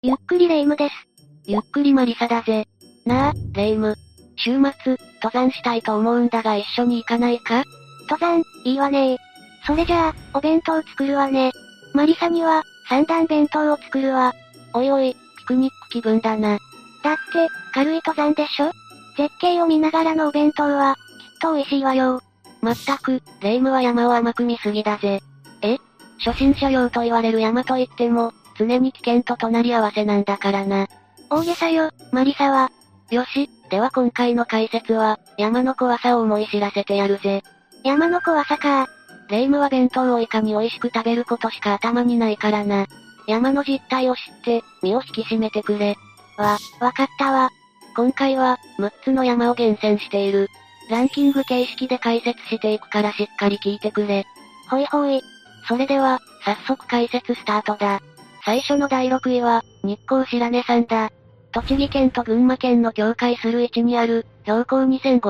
ゆっくりレ夢ムです。 ゆっくりマリサだぜ。なあ、レ夢ム。週末、登山したいと思うんだが一緒に行かないか？ 登山、いいわねー。それじゃあ、お弁当作るわね。マリサには、三段弁当を作るわ。 おいおい、ピクニック気分だな。 だって、軽い登山でしょ？絶景を見ながらのお弁当は、きっと美味しいわよ。 まったく、レ夢ムは山を甘く見すぎだぜ。初心者用と言われる山といっても、常に危険と隣り合わせなんだからな。 大げさよ、マリサは。 よし、では今回の解説は、山の怖さを思い知らせてやるぜ。 山の怖さか。 レ夢ムは弁当をいかに美味しく食べることしか頭にないからな。山の実態を知って、身を引き締めてくれ。 わかったわ。 今回は、6つの山を厳選している。ランキング形式で解説していくからしっかり聞いてくれ。 ほいほい。 それでは、早速解説スタートだ。最初の第6位は、日光白根山だ。栃木県と群馬県の境界する位置にある、標高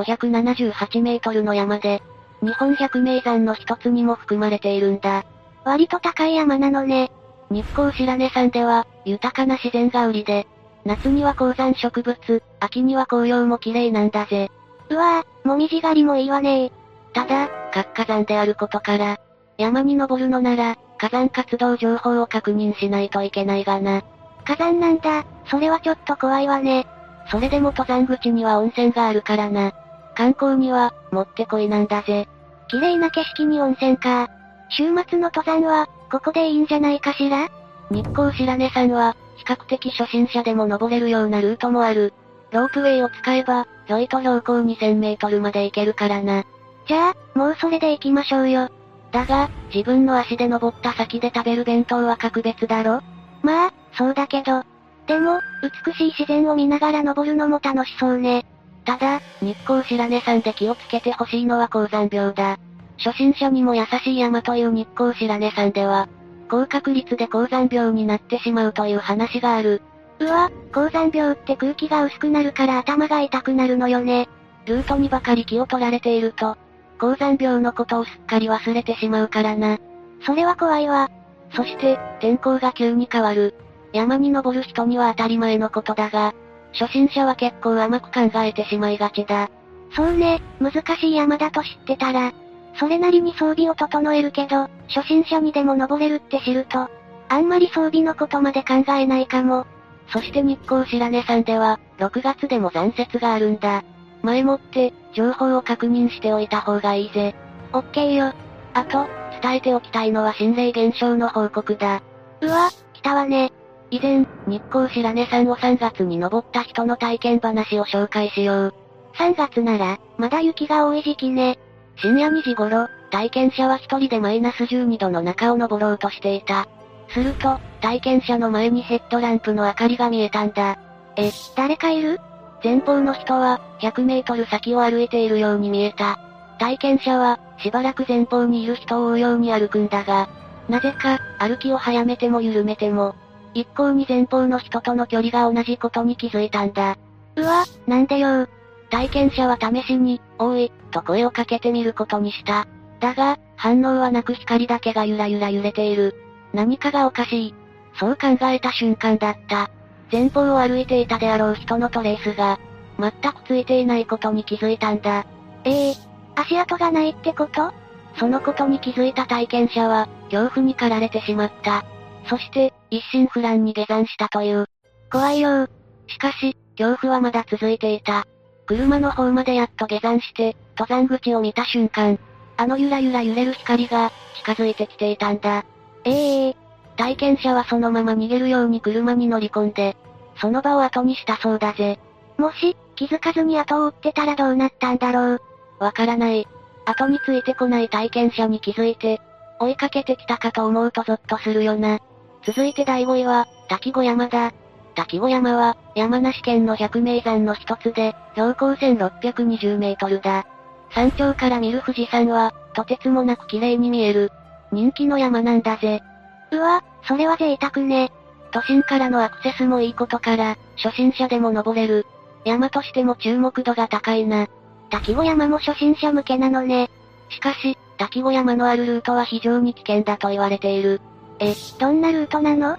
2578メートルの山で、日本百名山の一つにも含まれているんだ。 割と高い山なのね。 日光白根山では、豊かな自然が売りで、夏には高山植物、秋には紅葉も綺麗なんだぜ。 うわぁ、もみじ狩りもいいわね。 ただ、活火山であることから、山に登るのなら、火山活動情報を確認しないといけないがな。 火山なんだ、それはちょっと怖いわね。 それでも登山口には温泉があるからな。観光には、もってこいなんだぜ。 綺麗な景色に温泉か。週末の登山は、ここでいいんじゃないかしら？ 日光白根山は、比較的初心者でも登れるようなルートもある。ロープウェイを使えば、ひょいと標高2000メートルまで行けるからな。 じゃあ、もうそれで行きましょうよ。 だが、自分の足で登った先で食べる弁当は格別だろ？ まあ、そうだけど。でも、美しい自然を見ながら登るのも楽しそうね。 ただ、日光白根山で気をつけてほしいのは高山病だ。初心者にも優しい山という日光白根山では、高確率で高山病になってしまうという話がある。 うわ、高山病って空気が薄くなるから頭が痛くなるのよね。 ルートにばかり気を取られていると、高山病のことをすっかり忘れてしまうからな。 それは怖いわ。 そして、天候が急に変わる。山に登る人には当たり前のことだが、初心者は結構甘く考えてしまいがちだ。 そうね、難しい山だと知ってたら、それなりに装備を整えるけど、初心者にでも登れるって知ると、あんまり装備のことまで考えないかも。 そして日光白根山では、6月でも残雪があるんだ。前もって、情報を確認しておいた方がいいぜ。 オッケーよ。 あと、伝えておきたいのは心霊現象の報告だ。 うわ、来たわね。 以前、日光白根山を3月に登った人の体験話を紹介しよう。 3月なら、まだ雪が多い時期ね。 深夜2時頃、体験者は一人でマイナス12度の中を登ろうとしていた。すると、体験者の前にヘッドランプの明かりが見えたんだ。 誰かいる？ 前方の人は、100メートル先を歩いているように見えた。体験者は、しばらく前方にいる人を追うように歩くんだが、なぜか、歩きを早めても緩めても、一向に前方の人との距離が同じことに気づいたんだ。 うわ、なんでよ。 体験者は試しに、おい、と声をかけてみることにした。だが、反応はなく光だけがゆらゆら揺れている。何かがおかしい。そう考えた瞬間だった。前方を歩いていたであろう人のトレースが、全くついていないことに気づいたんだ。 足跡がないってこと？ そのことに気づいた体験者は、恐怖に駆られてしまった。そして、一心不乱に下山したという。 怖いよ。 しかし、恐怖はまだ続いていた。車の方までやっと下山して、登山口を見た瞬間、あのゆらゆら揺れる光が、近づいてきていたんだ。体験者はそのまま逃げるように車に乗り込んで、その場を後にしたそうだぜ。 もし、気づかずに後を追ってたらどうなったんだろう。 わからない。後についてこない体験者に気づいて、追いかけてきたかと思うとゾッとするよな。続いて第5位は、滝子山だ。滝子山は、山梨県の百名山の一つで、標高1620メートルだ。山頂から見る富士山は、とてつもなく綺麗に見える。人気の山なんだぜ。 うわ、それは贅沢ね。 都心からのアクセスもいいことから、初心者でも登れる。山としても注目度が高いな。 滝子山も初心者向けなのね。 しかし、滝子山のあるルートは非常に危険だと言われている。 どんなルートなの？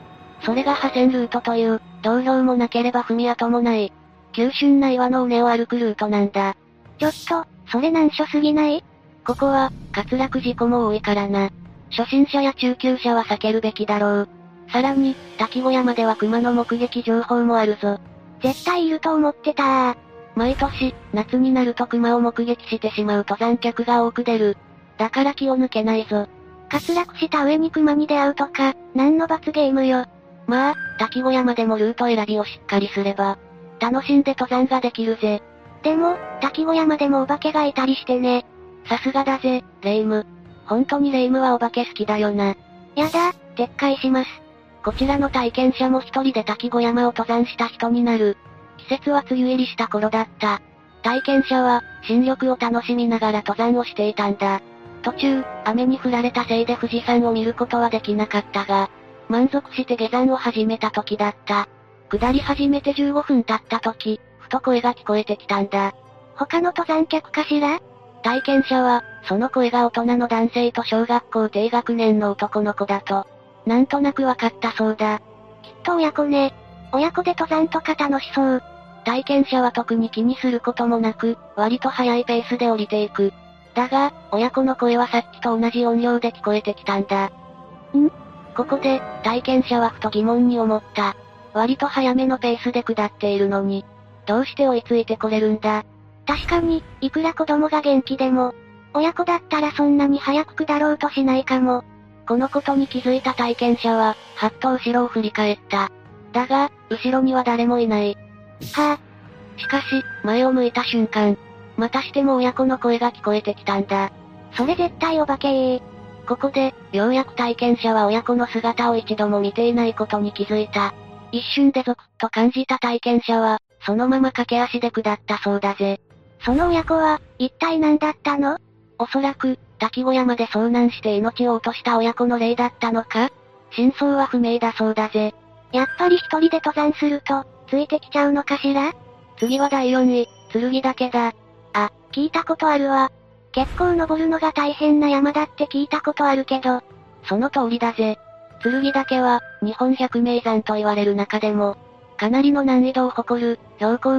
それが破線ルートという、道標もなければ踏み跡もない、急峻な岩の尾根を歩くルートなんだ。 ちょっと、それ難所すぎない？ ここは、滑落事故も多いからな。初心者や中級者は避けるべきだろう。さらに、滝小山では熊の目撃情報もあるぞ。 絶対いると思ってた。 毎年、夏になると熊を目撃してしまう登山客が多く出る。だから気を抜けないぞ。 滑落した上に熊に出会うとか、何の罰ゲームよ。 まあ、滝小山でもルート選びをしっかりすれば、楽しんで登山ができるぜ。 でも、滝小山でもお化けがいたりしてね。 さすがだぜ、レイム。本当にレイムはお化け好きだよな。 やだ、撤回します。 こちらの体験者も一人で滝小山を登山した人になる。季節は梅雨入りした頃だった。体験者は、新緑を楽しみながら登山をしていたんだ。途中、雨に降られたせいで富士山を見ることはできなかったが、満足して下山を始めた時だった。下り始めて15分経った時、ふと声が聞こえてきたんだ。 他の登山客かしら？ 体験者は、その声が大人の男性と小学校低学年の男の子だと、なんとなくわかったそうだ。 きっと親子ね。親子で登山とか楽しそう。 体験者は特に気にすることもなく、割と速いペースで降りていく。だが、親子の声はさっきと同じ音量で聞こえてきたんだ。ここで、体験者はふと疑問に思った。割と早めのペースで下っているのに、どうして追いついてこれるんだ？ 確かに、いくら子供が元気でも、親子だったらそんなに早く下ろうとしないかも。 このことに気づいた体験者は、はっと後ろを振り返った。だが、後ろには誰もいない。 はぁ。しかし、前を向いた瞬間、またしても親子の声が聞こえてきたんだ。 それ絶対お化けー。 ここで、ようやく体験者は親子の姿を一度も見ていないことに気づいた。一瞬でゾクッと感じた体験者は、そのまま駆け足で下ったそうだぜ。 その親子は、一体何だったの？ おそらく、滝小山で遭難して命を落とした親子の霊だったのか？真相は不明だそうだぜ。 やっぱり一人で登山すると、ついてきちゃうのかしら？ 次は第4位、剣岳だ。 あ、聞いたことあるわ。結構登るのが大変な山だって聞いたことあるけど。 その通りだぜ。剣岳は、日本百名山と言われる中でも、かなりの難易度を誇る、標高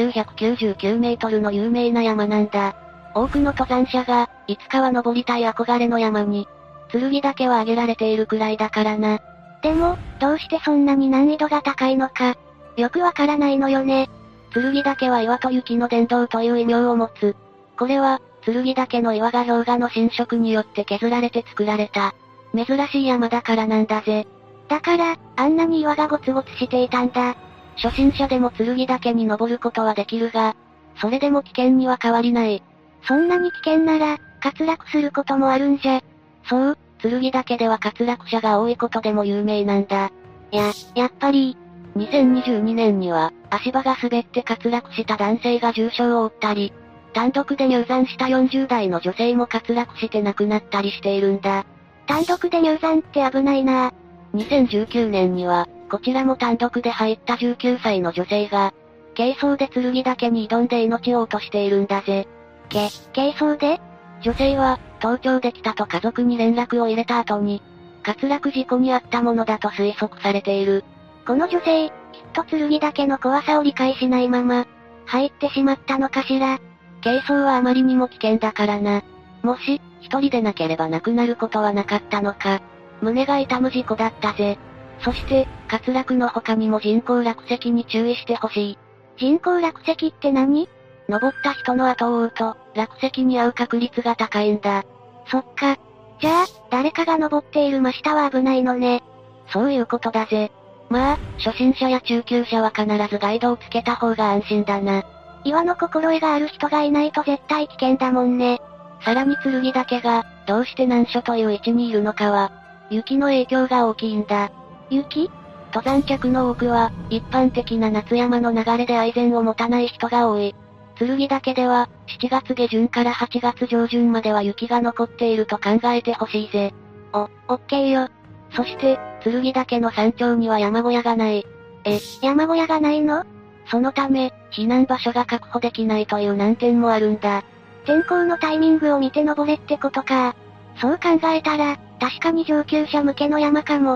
2999メートルの有名な山なんだ。多くの登山者が、いつかは登りたい憧れの山に、剣岳は挙げられているくらいだからな。 でも、どうしてそんなに難易度が高いのか、よくわからないのよね。 剣岳は岩と雪の殿堂という異名を持つ。これは、剣岳の岩が氷河の侵食によって削られて作られた、珍しい山だからなんだぜ。 だから、あんなに岩がゴツゴツしていたんだ。 初心者でも剣岳に登ることはできるが、それでも危険には変わりない。 そんなに危険なら、滑落することもあるんじゃ。 そう、剣岳では滑落者が多いことでも有名なんだ。 やっぱり、 2022年には、足場が滑って滑落した男性が重傷を負ったり、単独で入山した40代の女性も滑落して亡くなったりしているんだ。 単独で入山って危ないなぁ。 2019年には、こちらも単独で入った19歳の女性が、軽装で剣岳に挑んで命を落としているんだぜ。 軽装で？ 女性は、登頂できたと家族に連絡を入れた後に、滑落事故に遭ったものだと推測されている。 この女性、きっと剣岳の怖さを理解しないまま、入ってしまったのかしら。 軽装はあまりにも危険だからな。もし、一人でなければ亡くなることはなかったのか。胸が痛む事故だったぜ。そして、滑落の他にも人工落石に注意してほしい。 人工落石って何？ 登った人の後を追うと、落石に遭う確率が高いんだ。 そっか。じゃあ、誰かが登っている真下は危ないのね。 そういうことだぜ。まあ、初心者や中級者は必ずガイドをつけた方が安心だな。 岩の心得がある人がいないと絶対危険だもんね。 さらに剣岳が、どうして難所という位置にいるのかは、雪の影響が大きいんだ。 雪？ 登山客の多くは、一般的な夏山の流れで愛禅を持たない人が多い。剣岳では、7月下旬から8月上旬までは雪が残っていると考えてほしいぜ。 オッケーよ。 そして、剣岳の山頂には山小屋がない。 山小屋がないの？ そのため、避難場所が確保できないという難点もあるんだ。 天候のタイミングを見て登れってことか。そう考えたら、確かに上級者向けの山かも。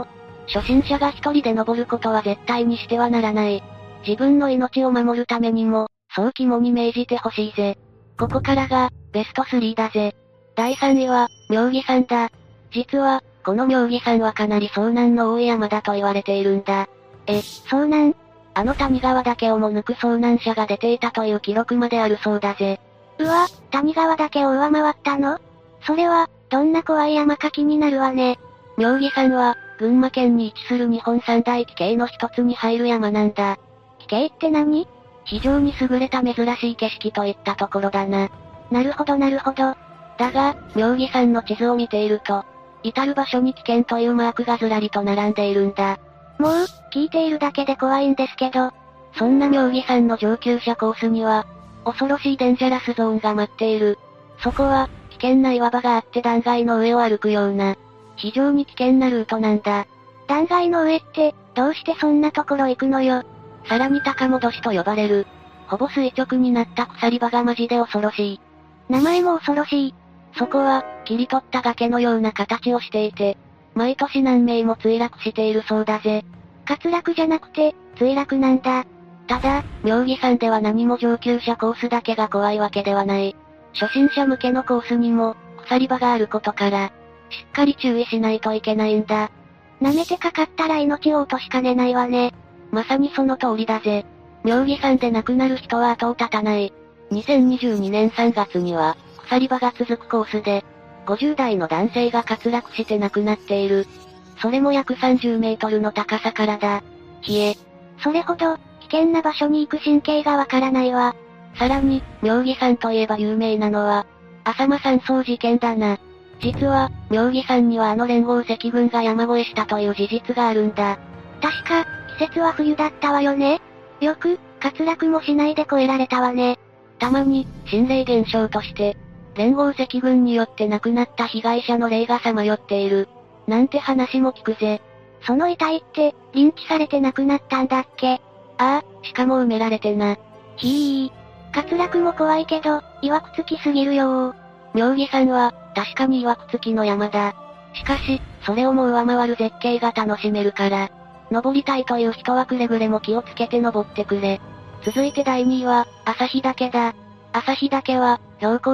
初心者が一人で登ることは絶対にしてはならない。自分の命を守るためにも、そう肝に銘じてほしいぜ。ここからが、ベスト3だぜ。第3位は、妙義山だ。実は、この妙義山はかなり遭難の多い山だと言われているんだ。 遭難？ 谷川岳をも抜く遭難者が出ていたという記録まであるそうだぜ。 うわ、谷川岳を上回ったの？それは、どんな怖い山か気になるわね。 妙義山は、群馬県に位置する日本三大奇景の一つに入る山なんだ。 奇景って何？ 非常に優れた珍しい景色といったところだな。 なるほどなるほど。 だが、妙義山の地図を見ていると、至る場所に危険というマークがずらりと並んでいるんだ。 もう、聞いているだけで怖いんですけど。 そんな妙義山の上級者コースには、恐ろしいデンジャラスゾーンが待っている。そこは、危険な岩場があって断崖の上を歩くような、非常に危険なルートなんだ。 断崖の上って、どうしてそんなところ行くのよ。 さらに高戻しと呼ばれる。ほぼ垂直になった鎖場がマジで恐ろしい。 名前も恐ろしい。 そこは、切り取った崖のような形をしていて、毎年何名も墜落しているそうだぜ。 滑落じゃなくて、墜落なんだ。 ただ、妙義山では何も上級者コースだけが怖いわけではない。初心者向けのコースにも、鎖場があることから、しっかり注意しないといけないんだ。 舐めてかかったら命を落としかねないわね。 まさにその通りだぜ。妙義山で亡くなる人は後を絶たない。2022年3月には、鎖場が続くコースで、50代の男性が滑落して亡くなっている。それも約30メートルの高さからだ。 それほど、危険な場所に行く神経がわからないわ。 さらに、妙義山といえば有名なのは、浅間山荘事件だな。実は、妙義山には連合赤軍が山越えしたという事実があるんだ。 確か、季節は冬だったわよね。よく、滑落もしないで越えられたわね。 たまに、心霊現象として、連合赤軍によって亡くなった被害者の霊がさまよっている。なんて話も聞くぜ。 その遺体って、リンチされて亡くなったんだっけ？ ああ、しかも埋められてな。 滑落も怖いけど、曰くつきすぎるよー。 妙義山は、確かに曰くつきの山だ。しかし、それをも上回る絶景が楽しめるから、登りたいという人はくれぐれも気をつけて登ってくれ。続いて第2位は、旭岳だ。旭岳は、標高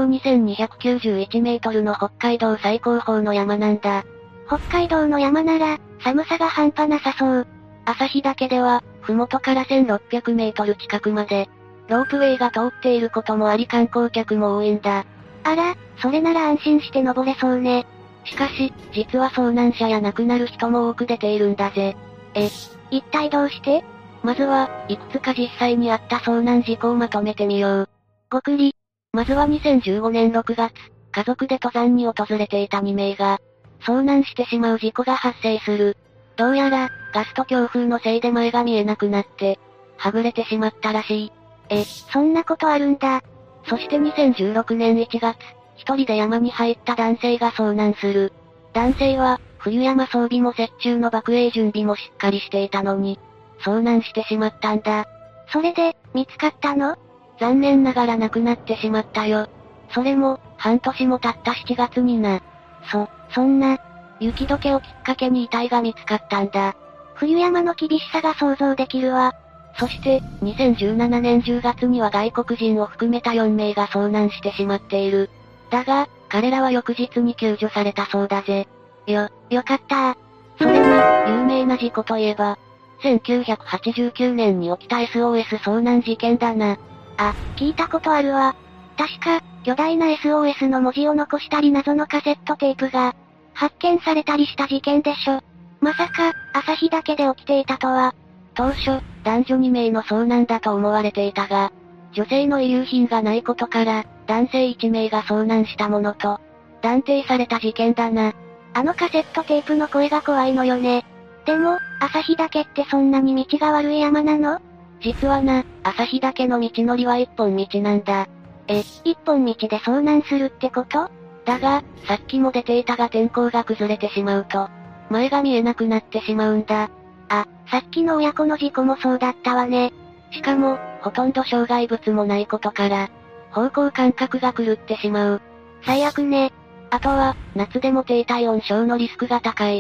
2291メートルの北海道最高峰の山なんだ。 北海道の山なら、寒さが半端なさそう。 旭岳では、ふもとから1600メートル近くまで、ロープウェイが通っていることもあり観光客も多いんだ。 あら、それなら安心して登れそうね。 しかし、実は遭難者や亡くなる人も多く出ているんだぜ。 一体どうして？ まずは、いくつか実際にあった遭難事故をまとめてみよう。 ごくり。 まずは2015年6月、家族で登山に訪れていた2名が、遭難してしまう事故が発生する。どうやら、ガスト強風のせいで前が見えなくなって、はぐれてしまったらしい。 そんなことあるんだ。 そして2016年1月、一人で山に入った男性が遭難する。男性は、冬山装備も雪中の爆営準備もしっかりしていたのに、遭難してしまったんだ。 それで、見つかったの？ 残念ながら亡くなってしまったよ。それも、半年も経った7月にな。 そんな、 雪解けをきっかけに遺体が見つかったんだ。 冬山の厳しさが想像できるわ。 そして、2017年10月には外国人を含めた4名が遭難してしまっている。だが、彼らは翌日に救助されたそうだぜ。 よかったそれに、有名な事故といえば、1989年に起きた SOS 遭難事件だな。 あ、聞いたことあるわ。確か、巨大な SOS の文字を残したり謎のカセットテープが、発見されたりした事件でしょ。まさか、旭岳で起きていたとは。 当初、男女2名の遭難だと思われていたが、女性の遺留品がないことから、男性1名が遭難したものと、断定された事件だな。 あのカセットテープの声が怖いのよね。でも、旭岳ってそんなに道が悪い山なの？ 実はな、旭岳の道のりは一本道なんだ。 一本道で遭難するってこと？ だが、さっきも出ていたが天候が崩れてしまうと、前が見えなくなってしまうんだ。 あ、さっきの親子の事故もそうだったわね。 しかも、ほとんど障害物もないことから、方向感覚が狂ってしまう。 最悪ね。 あとは、夏でも低体温症のリスクが高い。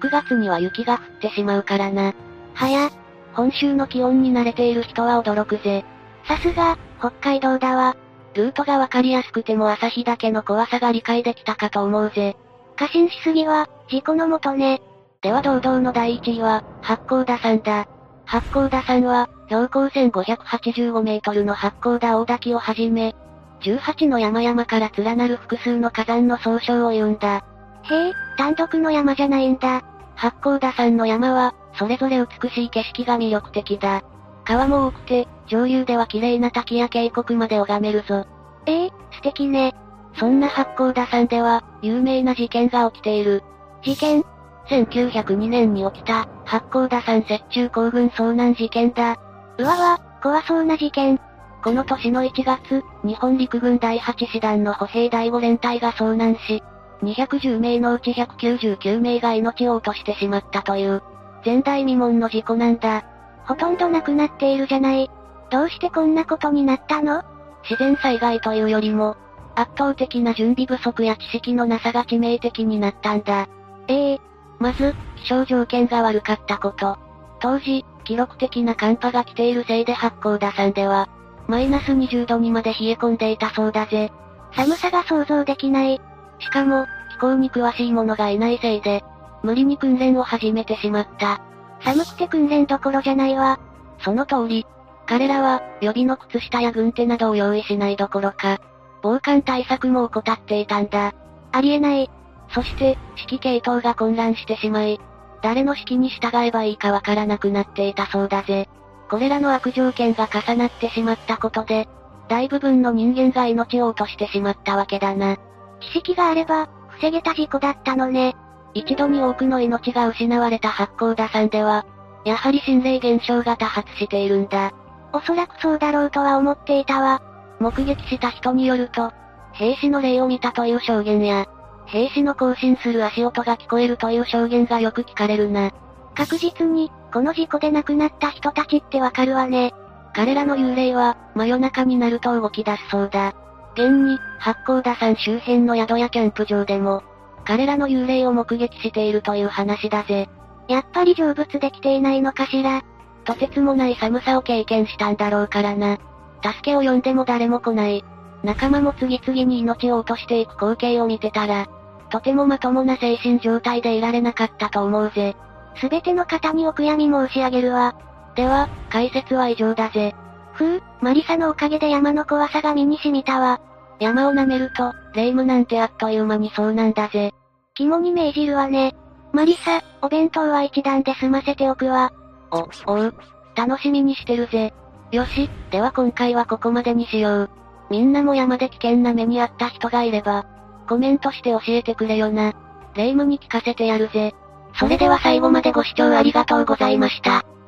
9月には雪が降ってしまうからな。 はや。 本州の気温に慣れている人は驚くぜ。 さすが、北海道だわ。 ルートがわかりやすくても旭岳の怖さが理解できたかと思うぜ。 過信しすぎは、事故のもとね。 では堂々の第1位は、八甲田山だ。八甲田山は、標高1585メートルの八甲田大滝をはじめ、18の山々から連なる複数の火山の総称を言うんだ。 へえ、単独の山じゃないんだ。 八甲田山の山は、それぞれ美しい景色が魅力的だ。川も多くて、上流では綺麗な滝や渓谷まで拝めるぞ。 素敵ね。 そんな八甲田山では、有名な事件が起きている。 事件 1902年に起きた、八甲田山雪中行軍遭難事件だ。 うわわ、怖そうな事件。 この年の1月、日本陸軍第8師団の歩兵第5連隊が遭難し、210名のうち199名が命を落としてしまったという、前代未聞の事故なんだ。 ほとんどなくなっているじゃない。どうしてこんなことになったの？ 自然災害というよりも、圧倒的な準備不足や知識のなさが致命的になったんだ。まず、気象条件が悪かったこと。当時、記録的な寒波が来ているせいで八甲田山では、マイナス20度にまで冷え込んでいたそうだぜ。 寒さが想像できない。 しかも、気候に詳しい者がいないせいで、無理に訓練を始めてしまった。 寒くて訓練どころじゃないわ。 その通り。彼らは、予備の靴下や軍手などを用意しないどころか、防寒対策も怠っていたんだ。 ありえない。 そして、指揮系統が混乱してしまい、誰の指揮に従えばいいかわからなくなっていたそうだぜ。これらの悪条件が重なってしまったことで、大部分の人間が命を落としてしまったわけだな。 知識があれば、防げた事故だったのね。 一度に多くの命が失われた八甲田山では、やはり心霊現象が多発しているんだ。 おそらくそうだろうとは思っていたわ。 目撃した人によると、兵士の霊を見たという証言や、兵士の行進する足音が聞こえるという証言がよく聞かれるな。 確実に、この事故で亡くなった人たちってわかるわね。 彼らの幽霊は、真夜中になると動き出すそうだ。現に、八甲田山周辺の宿やキャンプ場でも、彼らの幽霊を目撃しているという話だぜ。 やっぱり成仏できていないのかしら。 とてつもない寒さを経験したんだろうからな。助けを呼んでも誰も来ない。仲間も次々に命を落としていく光景を見てたら、とてもまともな精神状態でいられなかったと思うぜ。 すべての方にお悔やみ申し上げるわ。 では、解説は以上だぜ。 マリサのおかげで山の怖さが身に染みたわ。 山を舐めると、霊夢なんてあっという間にそうなんだぜ。 肝に銘じるわね。マリサ、お弁当は一段で済ませておくわ。 おう。楽しみにしてるぜ。よし、では今回はここまでにしよう。みんなも山で危険な目に遭った人がいれば、コメントして教えてくれよな。霊夢に聞かせてやるぜ。それでは最後までご視聴ありがとうございました。